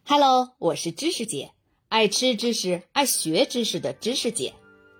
Hello， 我是知识姐，爱吃知识、爱学知识的知识姐。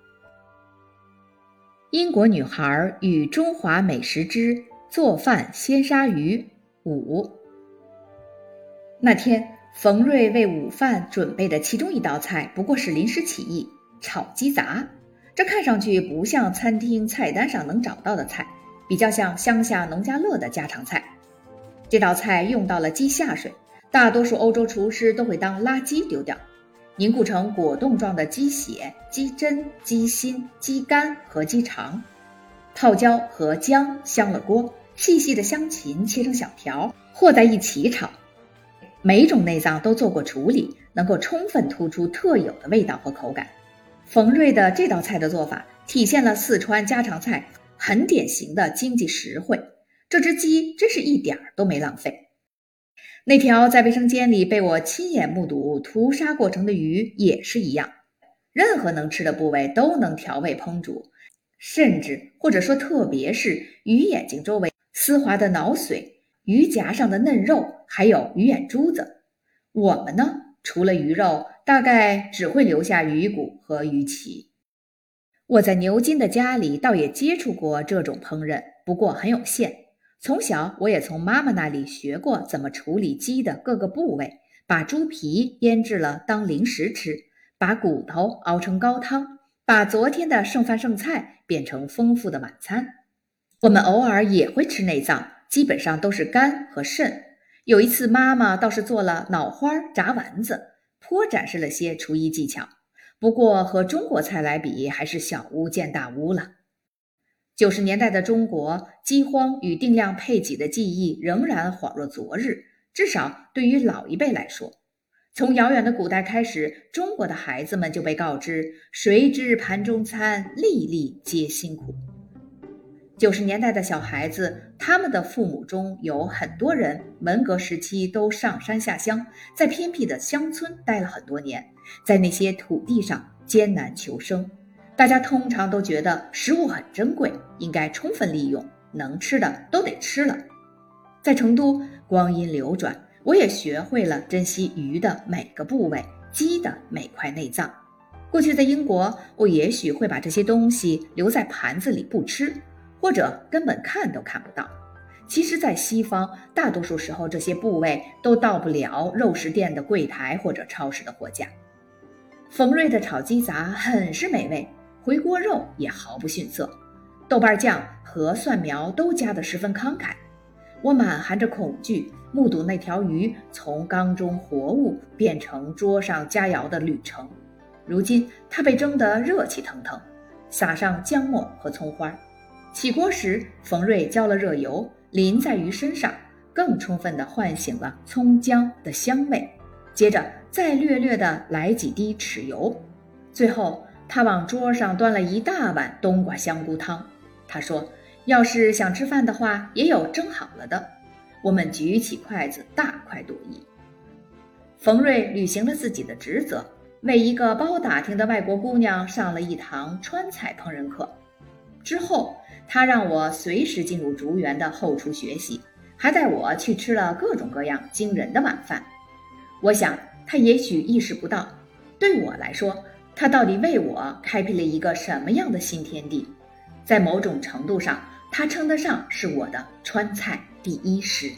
英国女孩与中华美食之做饭鲜鲨鱼5。那天，冯瑞为午饭准备的其中一道菜不过是临时起意，炒鸡杂。这看上去不像餐厅菜单上能找到的菜，比较像乡下农家乐的家常菜。这道菜用到了鸡下水，大多数欧洲厨师都会当垃圾丢掉，凝固成果冻状的鸡血、鸡胗、鸡心、鸡肝和鸡肠，泡椒和姜香了锅，细细的香芹切成小条，和在一起炒。每种内脏都做过处理，能够充分突出特有的味道和口感。冯瑞的这道菜的做法体现了四川家常菜很典型的经济实惠，这只鸡真是一点都没浪费。那条在卫生间里被我亲眼目睹屠杀过程的鱼也是一样，任何能吃的部位都能调味烹煮，甚至或者说特别是鱼眼睛周围丝滑的脑髓、鱼夹上的嫩肉，还有鱼眼珠子。我们呢，除了鱼肉，大概只会留下鱼骨和鱼鳍。我在牛津的家里倒也接触过这种烹饪，不过很有限。从小我也从妈妈那里学过怎么处理鸡的各个部位，把猪皮腌制了当零食吃，把骨头熬成高汤，把昨天的剩饭剩菜变成丰富的晚餐。我们偶尔也会吃内脏，基本上都是肝和肾。有一次妈妈倒是做了脑花炸丸子，颇展示了些厨艺技巧，不过和中国菜来比还是小巫见大巫了。90年代的中国，饥荒与定量配给的记忆仍然恍若昨日，至少对于老一辈来说。从遥远的古代开始，中国的孩子们就被告知谁知盘中餐，粒粒皆辛苦。90年代的小孩子，他们的父母中有很多人文革时期都上山下乡，在偏僻的乡村待了很多年，在那些土地上艰难求生。大家通常都觉得食物很珍贵，应该充分利用，能吃的都得吃了。在成都，光阴流转，我也学会了珍惜鱼的每个部位，鸡的每块内脏。过去在英国，我也许会把这些东西留在盘子里不吃，或者根本看都看不到。其实在西方，大多数时候这些部位都到不了肉食店的柜台或者超市的货架。冯瑞的炒鸡杂很是美味，回锅肉也毫不逊色，豆瓣酱和蒜苗都加得十分慷慨。我满含着恐惧，目睹那条鱼从缸中活物变成桌上佳肴的旅程。如今它被蒸得热气腾腾，撒上姜末和葱花。起锅时，冯瑞浇了热油，淋在鱼身上，更充分地唤醒了葱姜的香味。接着再略略地来几滴豉油，最后他往桌上端了一大碗冬瓜香菇汤。他说，要是想吃饭的话，也有蒸好了的。我们举起筷子，大快朵颐。冯瑞履行了自己的职责，为一个包打听的外国姑娘上了一堂川菜烹饪课。之后他让我随时进入竹园的后厨学习，还带我去吃了各种各样惊人的晚饭。我想他也许意识不到，对我来说，他到底为我开辟了一个什么样的新天地。在某种程度上，他称得上是我的川菜第一师。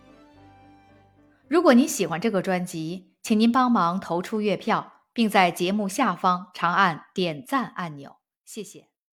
如果您喜欢这个专辑，请您帮忙投出月票，并在节目下方长按点赞按钮，谢谢。